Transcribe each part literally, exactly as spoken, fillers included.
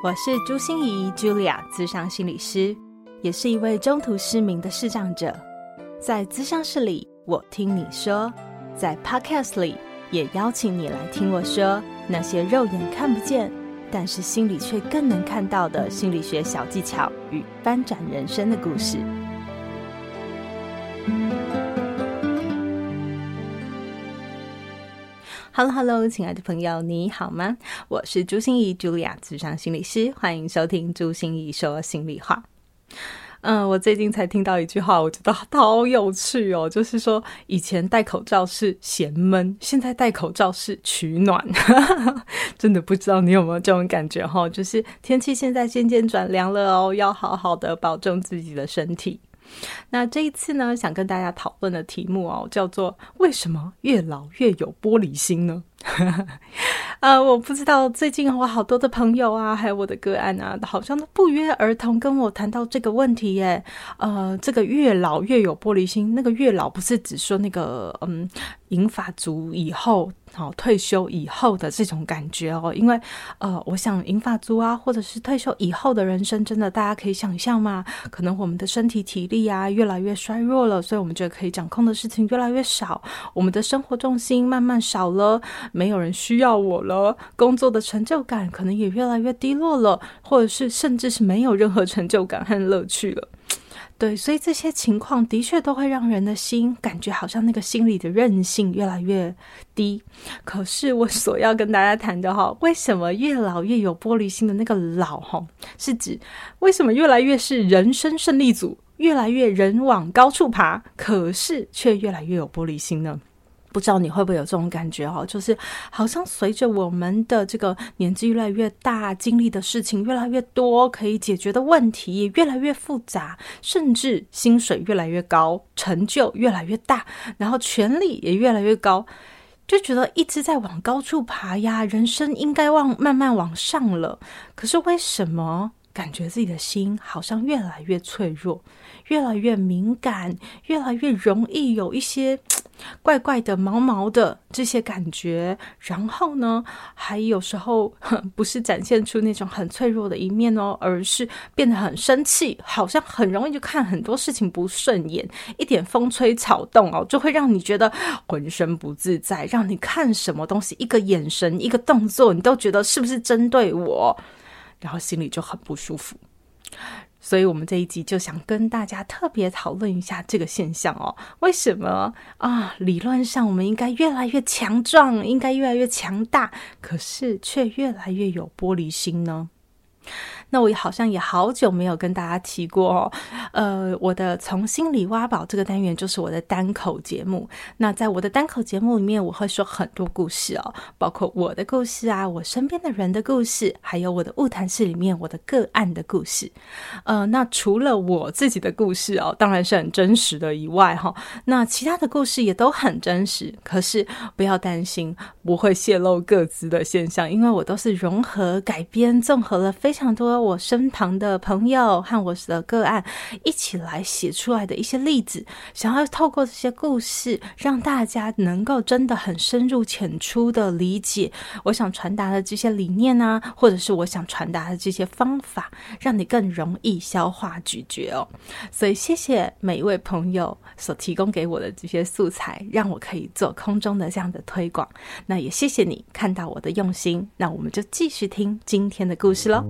我是朱心怡 Julia 諮商心理师，也是一位中途失明的视障者。在諮商室里，我听你说，在 Podcast 里也邀请你来听我说那些肉眼看不见但是心里却更能看到的心理学小技巧与翻转人生的故事。Hello Hello， 亲爱的朋友，你好吗？我是朱心怡 Julia 諮商心理师，欢迎收听朱心怡说心里话。嗯，我最近才听到一句话，我觉得好有趣哦，就是说以前戴口罩是嫌闷，现在戴口罩是取暖。真的不知道你有没有这种感觉哦，就是天气现在渐渐转凉了哦，要好好的保重自己的身体。那这一次呢，想跟大家讨论的题目哦，叫做为什么越老越有玻璃心呢？呃，我不知道最近我好多的朋友啊，还有我的个案啊，好像都不约而同跟我谈到这个问题耶。呃，这个越老越有玻璃心，那个越老不是只说那个嗯，银发族以后好、哦、退休以后的这种感觉哦，因为呃，我想银发族啊，或者是退休以后的人生，真的大家可以想象嘛，可能我们的身体体力啊越来越衰弱了，所以我们觉得可以掌控的事情越来越少，我们的生活重心慢慢少了，没有人需要我了，工作的成就感可能也越来越低落了，或者是甚至是没有任何成就感和乐趣了。对，所以这些情况的确都会让人的心感觉好像那个心理的韧性越来越低。可是我所要跟大家谈的哈，为什么越老越有玻璃心的那个老哈，是指为什么越来越是人生胜利组，越来越人往高处爬，可是却越来越有玻璃心呢？不知道你会不会有这种感觉哦，就是好像随着我们的这个年纪越来越大，经历的事情越来越多，可以解决的问题也越来越复杂，甚至薪水越来越高，成就越来越大，然后权力也越来越高，就觉得一直在往高处爬呀，人生应该往慢慢往上了。可是为什么感觉自己的心好像越来越脆弱，越来越敏感，越来越容易有一些怪怪的毛毛的这些感觉，然后呢还有时候不是展现出那种很脆弱的一面哦，而是变得很生气，好像很容易就看很多事情不顺眼，一点风吹草动哦，就会让你觉得浑身不自在，让你看什么东西，一个眼神一个动作，你都觉得是不是针对我，然后心里就很不舒服。所以我们这一集就想跟大家特别讨论一下这个现象哦，为什么啊？理论上我们应该越来越强壮，应该越来越强大，可是却越来越有玻璃心呢？那我好像也好久没有跟大家提过哦，呃，我的从心里挖宝这个单元就是我的单口节目。那在我的单口节目里面，我会说很多故事哦，包括我的故事啊，我身边的人的故事，还有我的晤谈室里面我的个案的故事。呃，那除了我自己的故事哦，当然是很真实的以外哈、哦，那其他的故事也都很真实。可是不要担心不会泄露个资的现象，因为我都是融合改编，综合了非常多我身旁的朋友和我的个案一起来写出来的一些例子，想要透过这些故事让大家能够真的很深入浅出的理解我想传达的这些理念啊，或者是我想传达的这些方法，让你更容易消化咀嚼哦。所以谢谢每一位朋友所提供给我的这些素材，让我可以做空中的这样的推广。那也谢谢你看到我的用心，那我们就继续听今天的故事咯。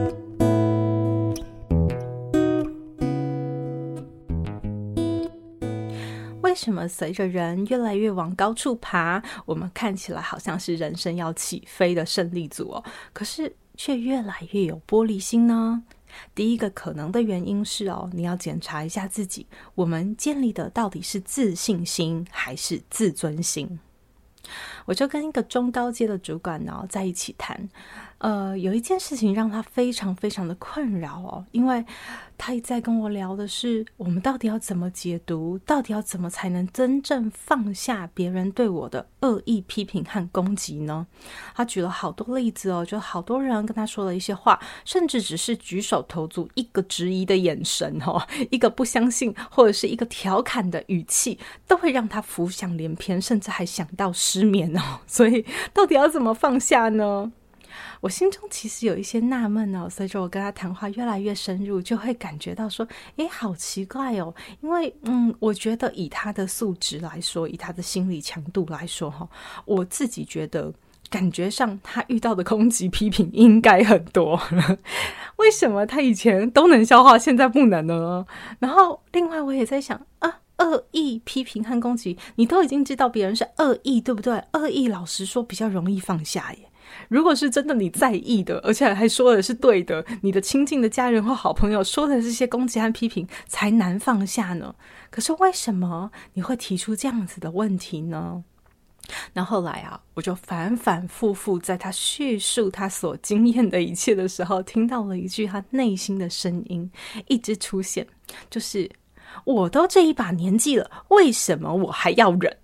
为什么随着人越来越往高处爬，我们看起来好像是人生要起飞的胜利组哦，可是却越来越有玻璃心呢？第一个可能的原因是哦，你要检查一下自己，我们建立的到底是自信心还是自尊心？我就跟一个中高阶的主管呢在一起谈，呃，有一件事情让他非常非常的困扰哦，因为他一再跟我聊的是，我们到底要怎么解读，到底要怎么才能真正放下别人对我的恶意批评和攻击呢？他举了好多例子哦，就好多人跟他说了一些话，甚至只是举手投足一个质疑的眼神哦，一个不相信或者是一个调侃的语气，都会让他浮想联翩，甚至还想到失眠哦。所以到底要怎么放下呢？ 我心中其实有一些纳闷哦，随着我跟他谈话越来越深入，就会感觉到说，诶，好奇怪哦，因为嗯，我觉得以他的素质来说，以他的心理强度来说哈，我自己觉得感觉上他遇到的攻击批评应该很多为什么他以前都能消化，现在不能呢？然后另外我也在想啊，恶意批评和攻击，你都已经知道别人是恶意，对不对？恶意老实说比较容易放下耶。如果是真的你在意的，而且还说的是对的，你的亲近的家人或好朋友说的这些攻击和批评才难放下呢。可是为什么你会提出这样子的问题呢？那后来啊，我就反反复复在他叙述他所经验的一切的时候，听到了一句他内心的声音一直出现，就是我都这一把年纪了，为什么我还要忍？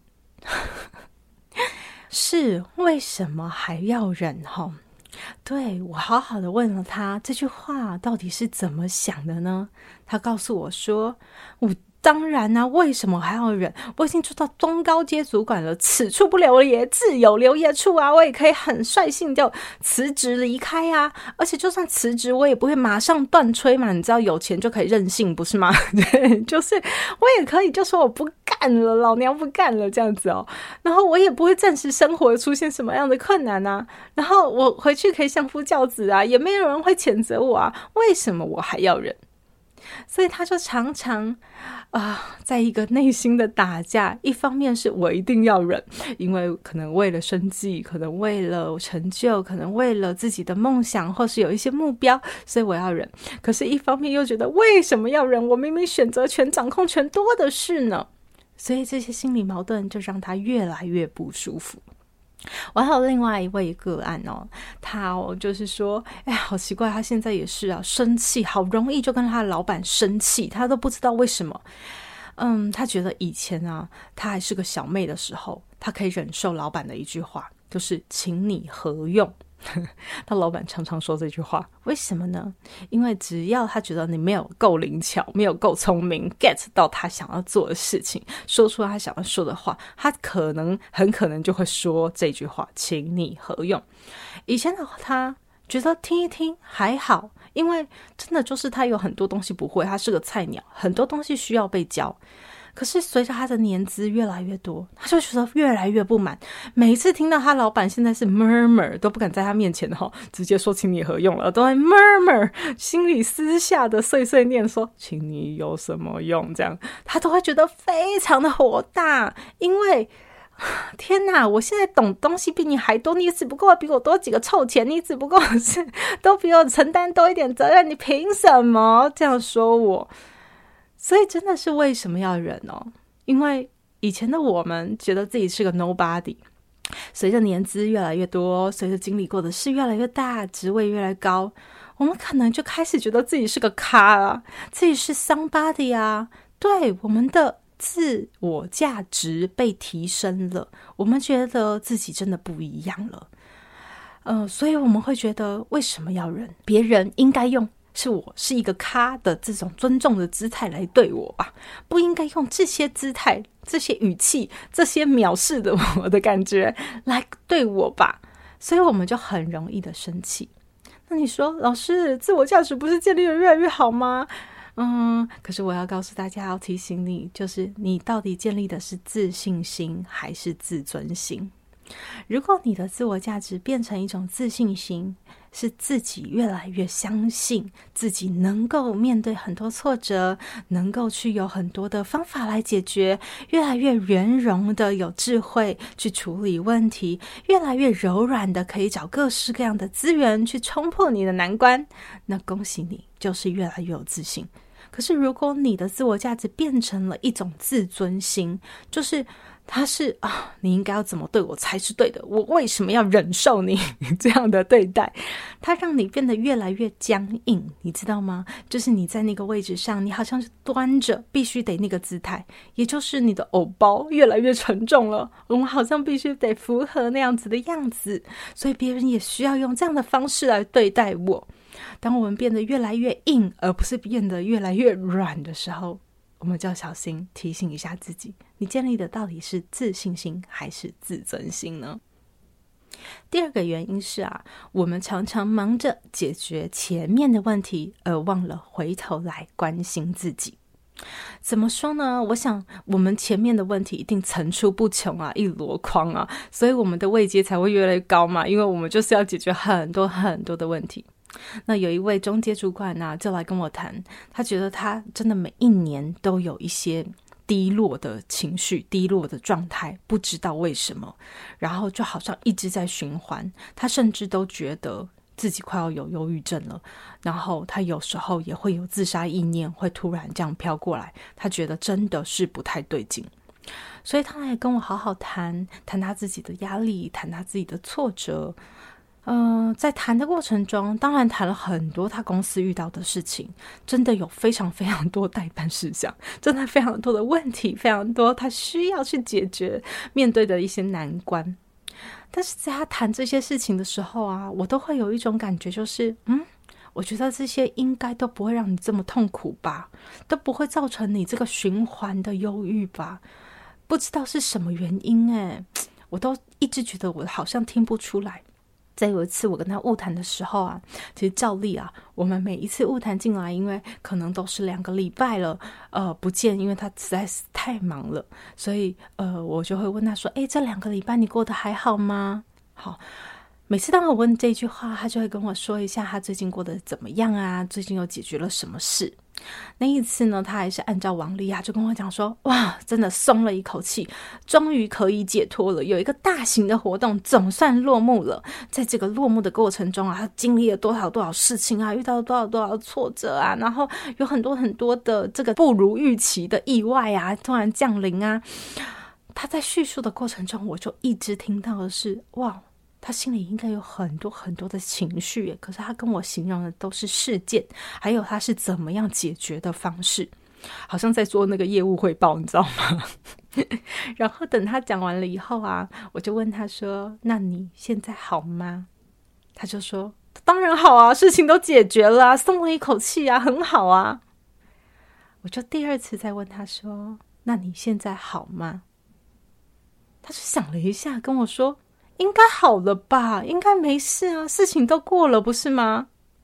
是为什么还要忍齁？对，我好好的问了他这句话到底是怎么想的呢？他告诉我说，我当然啊，为什么还要忍？我已经做到中高阶主管了，此处不留爷，自有留爷处啊！我也可以很率性就辞职离开啊！而且就算辞职，我也不会马上断吹嘛。你知道有钱就可以任性，不是吗？对，就是我也可以就说我不干了，老娘不干了这样子哦。然后我也不会暂时生活出现什么样的困难啊。然后我回去可以相夫教子啊，也没有人会谴责我啊。为什么我还要忍？所以他就常常啊、呃，在一个内心的打架，一方面是我一定要忍，因为可能为了生计，可能为了成就，可能为了自己的梦想，或是有一些目标，所以我要忍。可是一方面又觉得为什么要忍？我明明选择权、掌控权多的是呢。所以这些心理矛盾就让他越来越不舒服。我还有另外一位个案哦，他哦就是说，哎，好奇怪，他现在也是啊，生气，好容易就跟他的老板生气，他都不知道为什么。嗯，他觉得以前啊，他还是个小妹的时候，他可以忍受老板的一句话，就是请你何用。他老板常常说这句话，为什么呢？因为只要他觉得你没有够灵巧，没有够聪明 get 到他想要做的事情，说出他想要说的话，他可能很可能就会说这句话，请你何用。以前的他觉得听一听还好，因为真的就是他有很多东西不会，他是个菜鸟，很多东西需要被教。可是随着他的年资越来越多，他就觉得越来越不满，每一次听到他老板现在是 murmur 都不敢在他面前直接说请你何用了，都会 murmur 心里私下的碎碎念说请你有什么用，这样他都会觉得非常的火大。因为天哪，我现在懂东西比你还多，你只不过比我多几个臭钱，你只不过是都比我承担多一点责任，你凭什么这样说我？所以真的是为什么要忍哦？因为以前的我们觉得自己是个 nobody， 随着年资越来越多，随着经历过的事越来越大，职位越来越高，我们可能就开始觉得自己是个咖啊，自己是 somebody 啊。对，我们的自我价值被提升了，我们觉得自己真的不一样了。呃，所以我们会觉得为什么要忍？别人应该用是我是一个咖的这种尊重的姿态来对我吧，不应该用这些姿态、这些语气、这些藐视的我的感觉来对我吧。所以我们就很容易的生气。那你说，老师，自我价值不是建立的越来越好吗？嗯，可是我要告诉大家，要提醒你，就是你到底建立的是自信心还是自尊心？如果你的自我价值变成一种自信心，是自己越来越相信自己能够面对很多挫折，能够去有很多的方法来解决，越来越圆融的有智慧去处理问题，越来越柔软的可以找各式各样的资源去冲破你的难关，那恭喜你，就是越来越有自信。可是如果你的自我价值变成了一种自尊心，就是他是啊，你应该要怎么对我才是对的，我为什么要忍受你这样的对待，它让你变得越来越僵硬，你知道吗？就是你在那个位置上，你好像是端着必须得那个姿态，也就是你的偶包越来越沉重了，我们好像必须得符合那样子的样子，所以别人也需要用这样的方式来对待我。当我们变得越来越硬，而不是变得越来越软的时候，我们就要小心提醒一下自己，你建立的到底是自信心还是自尊心呢？ 第二个原因是啊，我们常常忙着解决前面的问题，而忘了回头来关心自己。怎么说呢？我想我们前面的问题一定层出不穷啊，一箩筐啊，所以我们的位阶才会越来越高嘛，因为我们就是要解决很多很多的问题。那有一位中阶主管啊，就来跟我谈，他觉得他真的每一年都有一些低落的情绪，低落的状态，不知道为什么，然后就好像一直在循环，他甚至都觉得自己快要有忧郁症了，然后他有时候也会有自杀意念，会突然这样飘过来，他觉得真的是不太对劲，所以他来跟我好好谈谈他自己的压力，谈他自己的挫折。呃，在谈的过程中，当然谈了很多他公司遇到的事情，真的有非常非常多待办事项，真的非常多的问题，非常多他需要去解决面对的一些难关。但是在他谈这些事情的时候啊，我都会有一种感觉，就是嗯，我觉得这些应该都不会让你这么痛苦吧，都不会造成你这个循环的忧郁吧，不知道是什么原因耶，我都一直觉得我好像听不出来。在有一次我跟他晤谈的时候啊，其实照例啊，我们每一次晤谈进来，因为可能都是两个礼拜了，呃，不见，因为他实在是太忙了，所以呃，我就会问他说：“哎，这两个礼拜你过得还好吗？”好，每次当我问这句话，他就会跟我说一下他最近过得怎么样啊，最近又解决了什么事。那一次呢，他还是按照往例啊，就跟我讲说，哇，真的松了一口气，终于可以解脱了，有一个大型的活动总算落幕了。在这个落幕的过程中啊，他经历了多少多少事情啊，遇到了多少多少挫折啊，然后有很多很多的这个不如预期的意外啊突然降临啊。他在叙述的过程中，我就一直听到的是，哇，他心里应该有很多很多的情绪耶，可是他跟我形容的都是事件，还有他是怎么样解决的方式，好像在做那个业务汇报，你知道吗？然后等他讲完了以后啊，我就问他说，那你现在好吗？他就说，当然好啊，事情都解决了啊，松了一口气啊，很好啊。我就第二次再问他说，那你现在好吗？他就想了一下跟我说，应该好了吧，应该没事啊，事情都过了不是吗？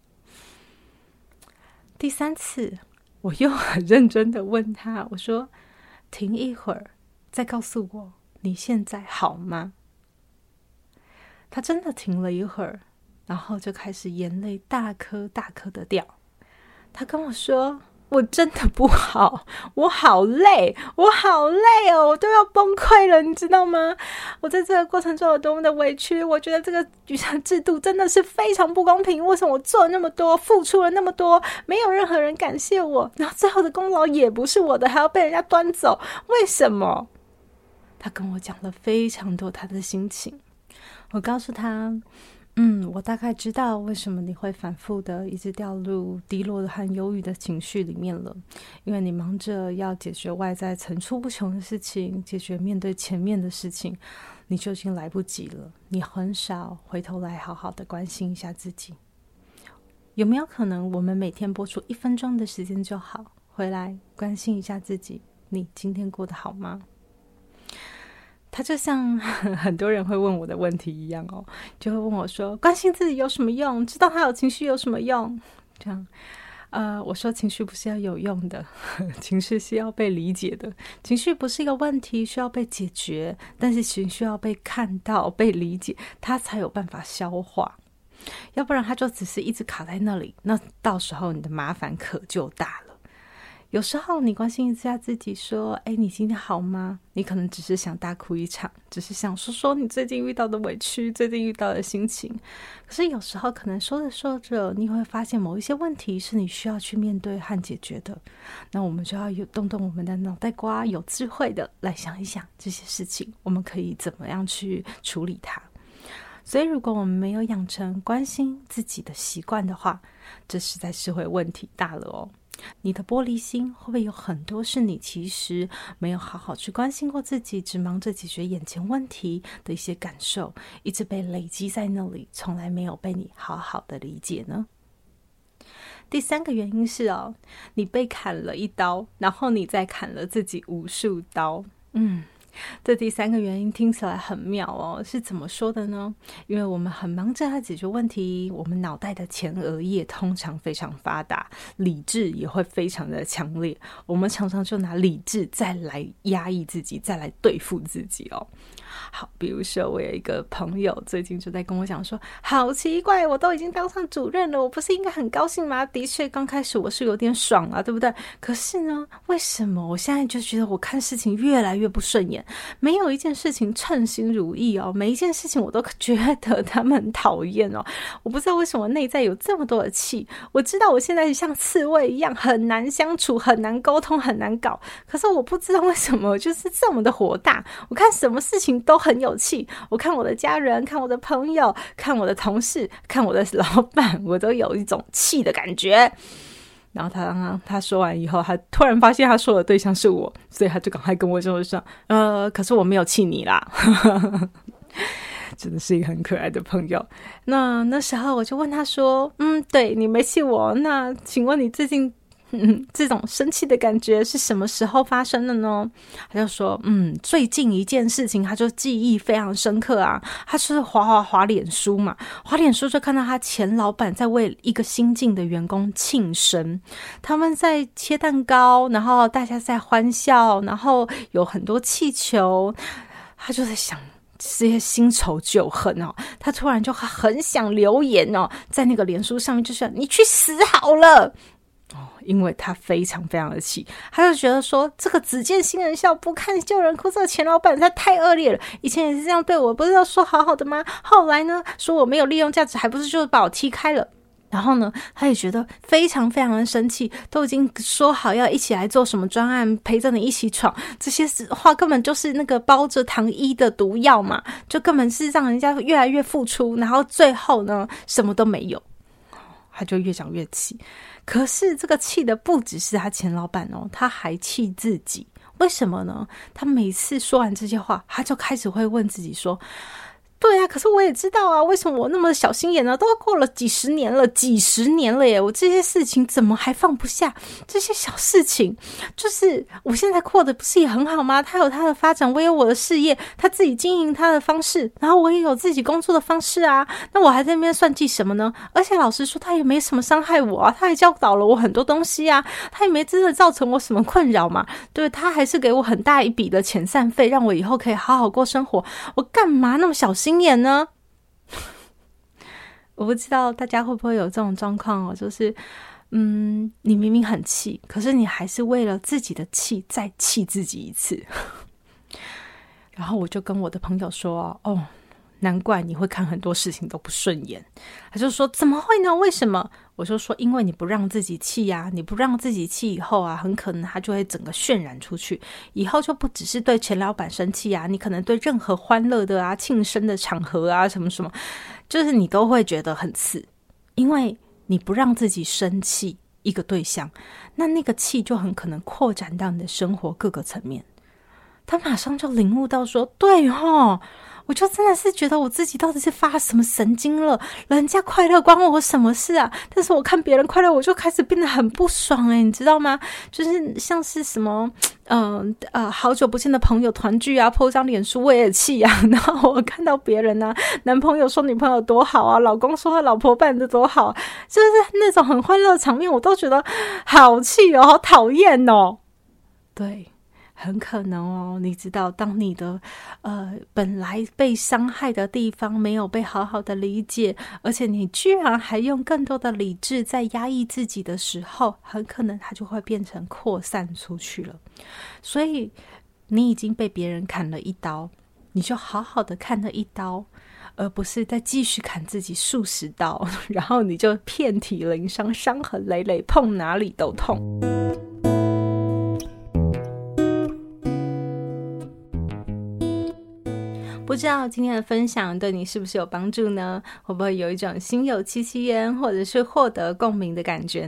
第三次我又很认真的问他，我说，停一会儿再告诉我你现在好吗？他真的停了一会儿，然后就开始眼泪大颗大颗的掉。他跟我说，我真的不好，我好累，我好累哦，我都要崩溃了，你知道吗？我在这个过程中有多么的委屈，我觉得这个制度真的是非常不公平，为什么我做了那么多，付出了那么多，没有任何人感谢我，然后最后的功劳也不是我的，还要被人家端走，为什么？他跟我讲了非常多他的心情，我告诉他，嗯，我大概知道为什么你会反复的一直掉入低落的和忧郁的情绪里面了，因为你忙着要解决外在层出不穷的事情，解决面对前面的事情，你就已经来不及了，你很少回头来好好的关心一下自己。有没有可能我们每天播出一分钟的时间就好，回来关心一下自己，你今天过得好吗？他就像很多人会问我的问题一样哦，就会问我说，关心自己有什么用？知道他有情绪有什么用？这样，呃，我说情绪不是要有用的，情绪是要被理解的，情绪不是一个问题，需要被解决，但是情绪要被看到、被理解，它才有办法消化。要不然它就只是一直卡在那里，那到时候你的麻烦可就大了。有时候你关心一下自己说，哎，你今天好吗？你可能只是想大哭一场，只是想说说你最近遇到的委屈，最近遇到的心情。可是有时候可能说着说着，你会发现某一些问题是你需要去面对和解决的，那我们就要有动动我们的脑袋瓜，有智慧的来想一想这些事情，我们可以怎么样去处理它。所以如果我们没有养成关心自己的习惯的话，这实在是会问题大了哦。你的玻璃心会不会有很多是你其实没有好好去关心过自己，只忙着解决眼前问题的一些感受，一直被累积在那里，从来没有被你好好的理解呢？第三个原因是哦，你被砍了一刀，然后你再砍了自己无数刀。嗯， 这第三个原因听起来很妙哦，是怎么说的呢？因为我们很忙着要解决问题，我们脑袋的前额叶通常非常发达，理智也会非常的强烈，我们常常就拿理智再来压抑自己，再来对付自己哦。好，比如说我有一个朋友最近就在跟我讲说，好奇怪，我都已经当上主任了，我不是应该很高兴吗？的确刚开始我是有点爽啊，对不对？可是呢，为什么我现在就觉得我看事情越来越不顺眼，没有一件事情称心如意哦，每一件事情我都觉得他们很讨厌哦。我不知道为什么内在有这么多的气，我知道我现在像刺猬一样很难相处，很难沟通，很难搞，可是我不知道为什么我就是这么的火大，我看什么事情都很有气，我看我的家人，看我的朋友，看我的同事，看我的老板，我都有一种气的感觉。然后他他说完以后，他突然发现他说的对象是我，所以他就赶快跟我说说，呃，可是我没有气你啦。真的是一个很可爱的朋友。那那时候我就问他说，嗯，对，你没气我，那请问你最近嗯，这种生气的感觉是什么时候发生的呢？他就说，嗯，最近一件事情他就记忆非常深刻啊，他就是滑滑滑脸书嘛，滑脸书就看到他前老板在为一个新进的员工庆生，他们在切蛋糕，然后大家在欢笑，然后有很多气球，他就在想这些新仇旧恨哦，他突然就很想留言哦，在那个脸书上面就说，你去死好了哦，因为他非常非常的气，他就觉得说，这个只见新人笑不看旧人哭，这个前老板实在太恶劣了，以前也是这样对我，不是要说好好的吗？后来呢，说我没有利用价值，还不是就是把我踢开了。然后呢，他也觉得非常非常的生气，都已经说好要一起来做什么专案，陪着你一起闯，这些话根本就是那个包着糖衣的毒药嘛，就根本是让人家越来越付出，然后最后呢，什么都没有，他就越讲越气。可是这个气的不只是他前老板哦，他还气自己。为什么呢？他每次说完这些话，他就开始会问自己说，对啊，可是我也知道啊，为什么我那么小心眼呢？都过了几十年了，几十年了耶，我这些事情怎么还放不下？这些小事情，就是我现在过得不是也很好吗？他有他的发展，我有我的事业，他自己经营他的方式，然后我也有自己工作的方式啊。那我还在那边算计什么呢？而且老实说，他也没什么伤害我啊，他还教导了我很多东西啊，他也没真的造成我什么困扰嘛。对，他还是给我很大一笔的遣散费，让我以后可以好好过生活。我干嘛那么小心眼呢？我不知道大家会不会有这种状况哦，就是嗯，你明明很气，可是你还是为了自己的气再气自己一次。然后我就跟我的朋友说，哦，难怪你会看很多事情都不顺眼。他就说，怎么会呢？为什么？我就说，因为你不让自己气啊，你不让自己气以后啊，很可能他就会整个渲染出去，以后就不只是对前老板生气啊，你可能对任何欢乐的啊、庆生的场合啊，什么什么，就是你都会觉得很刺，因为你不让自己生气一个对象，那那个气就很可能扩展到你的生活各个层面。他马上就领悟到说，对齁，我就真的是觉得我自己到底是发什么神经了，人家快乐关我什么事啊？但是我看别人快乐，我就开始变得很不爽诶、欸、你知道吗？就是像是什么嗯 呃, 呃好久不见的朋友团聚啊 po 张脸书我也气啊，然后我看到别人啊，男朋友说女朋友多好啊，老公说他老婆办的多好，就是那种很欢乐的场面，我都觉得好气哦，好讨厌哦。对，很可能哦，你知道，当你的呃本来被伤害的地方没有被好好的理解，而且你居然还用更多的理智在压抑自己的时候，很可能它就会变成扩散出去了。所以你已经被别人砍了一刀，你就好好的看了一刀，而不是再继续砍自己数十刀，然后你就遍体鳞伤，伤痕累累，碰哪里都痛。不知道今天的分享对你是不是有帮助呢？会不会有一种心有戚戚焉，或者是获得共鸣的感觉呢？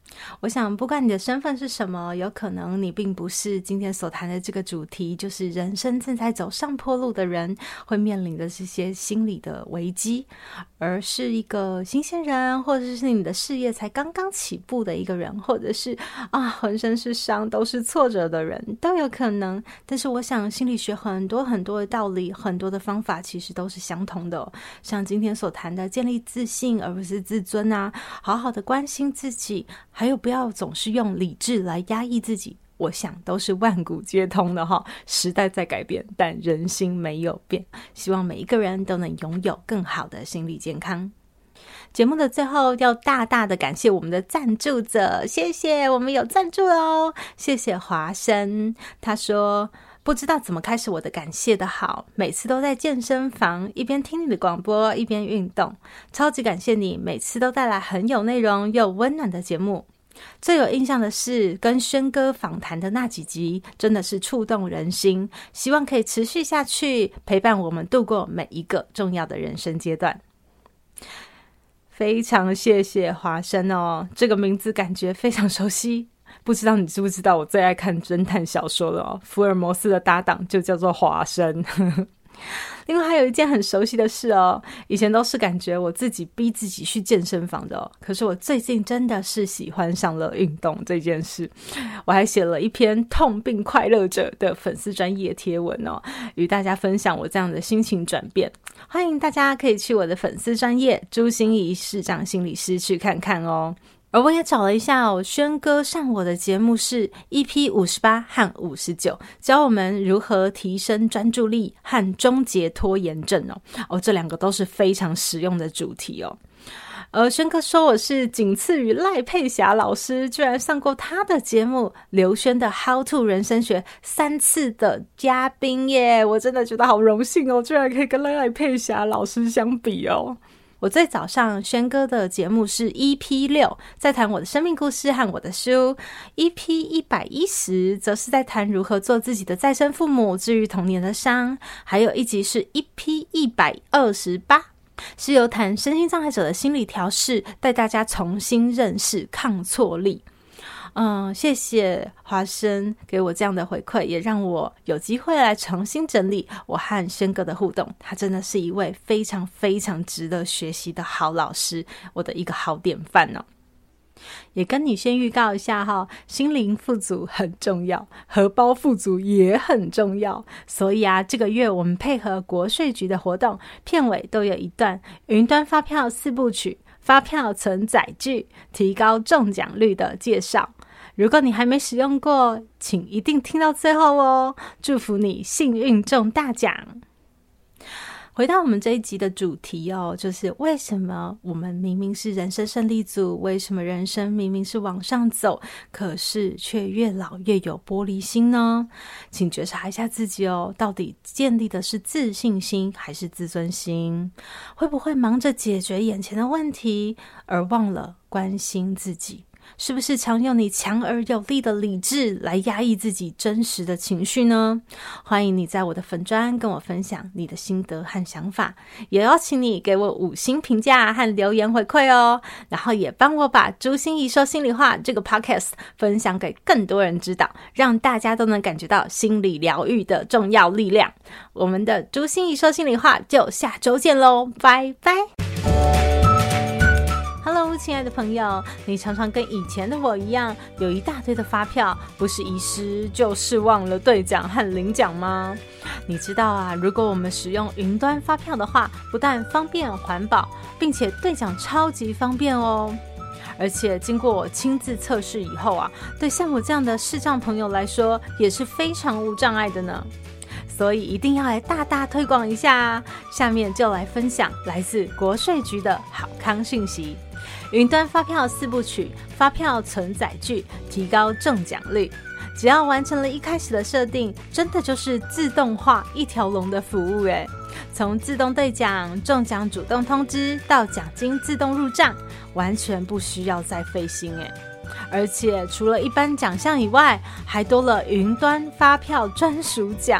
我想不管你的身份是什么，有可能你并不是今天所谈的这个主题，就是人生正在走上坡路的人会面临的这些心理的危机，而是一个新鲜人，或者是你的事业才刚刚起步的一个人，或者是啊浑身是伤都是挫折的人都有可能。但是我想心理学很多很多的道理，很多的方法其实都是相同的哦，像今天所谈的建立自信而不是自尊啊，好好的关心自己，还有不要总是用理智来压抑自己，我想都是万古皆通的哈。时代在改变，但人心没有变，希望每一个人都能拥有更好的心理健康。节目的最后要大大的感谢我们的赞助者，谢谢，我们有赞助哦，谢谢华生。他说不知道怎么开始我的感谢的好，每次都在健身房一边听你的广播一边运动，超级感谢你每次都带来很有内容又温暖的节目。最有印象的是跟轩哥访谈的那几集，真的是触动人心，希望可以持续下去，陪伴我们度过每一个重要的人生阶段。非常谢谢华生哦，这个名字感觉非常熟悉，不知道你知不知道我最爱看侦探小说了哦，福尔摩斯的搭档就叫做华生。另外还有一件很熟悉的事哦，以前都是感觉我自己逼自己去健身房的哦，可是我最近真的是喜欢上了运动这件事，我还写了一篇痛并快乐着的粉丝专页贴文哦，与大家分享我这样的心情转变，欢迎大家可以去我的粉丝专页朱心怡视障心理师去看看哦。而我也找了一下哦，轩哥上我的节目是 E P 五十八 和五十九，教我们如何提升专注力和终结拖延症哦。哦，这两个都是非常实用的主题哦。而轩哥说我是仅次于赖佩霞老师，居然上过他的节目刘轩的 How to 人生学三次的嘉宾耶，我真的觉得好荣幸哦，居然可以跟赖佩霞老师相比哦。我最早上轩哥的节目是 E P 六， 在谈我的生命故事和我的书， E P 一百一十 则是在谈如何做自己的再生父母，治愈童年的伤，还有一集是 E P 一百二十八， 是由谈身心障碍者的心理调试，带大家重新认识抗挫力。嗯，谢谢华生给我这样的回馈，也让我有机会来重新整理我和轩哥的互动，他真的是一位非常非常值得学习的好老师，我的一个好典范哦。也跟你先预告一下哈，心灵富足很重要，荷包富足也很重要，所以啊，这个月我们配合国税局的活动，片尾都有一段云端发票四部曲，发票存载具，提高中奖率的介绍。如果你还没使用过，请一定听到最后哦，祝福你幸运中大奖。回到我们这一集的主题哦，就是为什么我们明明是人生胜利组，为什么人生明明是往上走，可是却越老越有玻璃心呢？请觉察一下自己哦，到底建立的是自信心还是自尊心？会不会忙着解决眼前的问题，而忘了关心自己？是不是常用你强而有力的理智来压抑自己真实的情绪呢？欢迎你在我的粉专跟我分享你的心得和想法，也邀请你给我五星评价和留言回馈哦，然后也帮我把朱心怡说心里话这个 podcast 分享给更多人知道，让大家都能感觉到心理疗愈的重要力量。我们的朱心怡说心里话就下周见咯，拜拜。Hello， 亲爱的朋友，你常常跟以前的我一样，有一大堆的发票，不是遗失就是忘了兑奖和领奖吗？你知道啊，如果我们使用云端发票的话，不但方便环保，并且兑奖超级方便哦。而且经过我亲自测试以后啊，对像我这样的视障朋友来说，也是非常无障碍的呢。所以一定要来大大推广一下啊！下面就来分享来自国税局的好康讯息。云端发票四部曲，发票存载具，提高中奖率。只要完成了一开始的设定，真的就是自动化一条龙的服务耶。从自动兑奖、中奖主动通知到奖金自动入账，完全不需要再费心耶。而且除了一般奖项以外，还多了云端发票专属奖。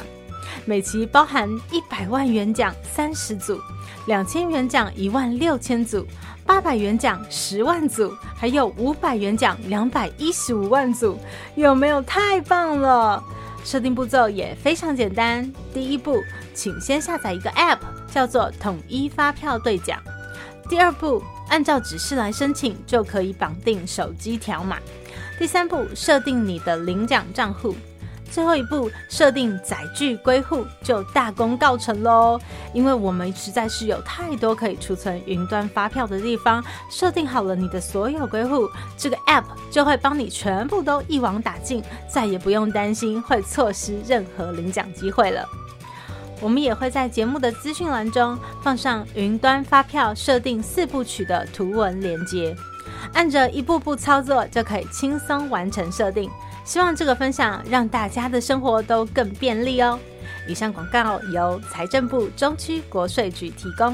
每期包含一百万元奖三十组，两千元奖一万六千组，八百元奖十万组，还有五百元奖两百一十五万组，有没有太棒了？设定步骤也非常简单，第一步，请先下载一个 App， 叫做统一发票兑奖。第二步，按照指示来申请，就可以绑定手机条码。第三步，设定你的领奖账户。最后一步，设定载具归户，就大功告成咯。因为我们实在是有太多可以储存云端发票的地方，设定好了你的所有归户，这个 App 就会帮你全部都一网打尽，再也不用担心会错失任何领奖机会了。我们也会在节目的资讯栏中放上云端发票设定四部曲的图文连结，按着一步步操作就可以轻松完成设定。希望这个分享让大家的生活都更便利哦。以上广告由财政部中区国税局提供。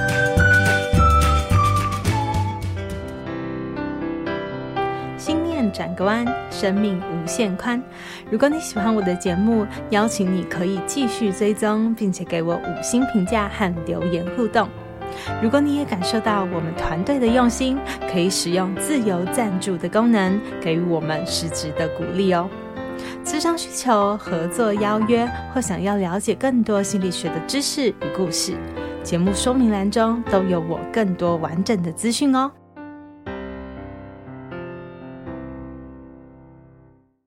心念转个弯，生命无限宽。如果你喜欢我的节目，邀请你可以继续追踪，并且给我五星评价和留言互动。如果你也感受到我们团队的用心，可以使用自由赞助的功能，给予我们实质的鼓励哦。咨商需求、合作邀约，或想要了解更多心理学的知识与故事，节目说明栏中都有我更多完整的资讯哦。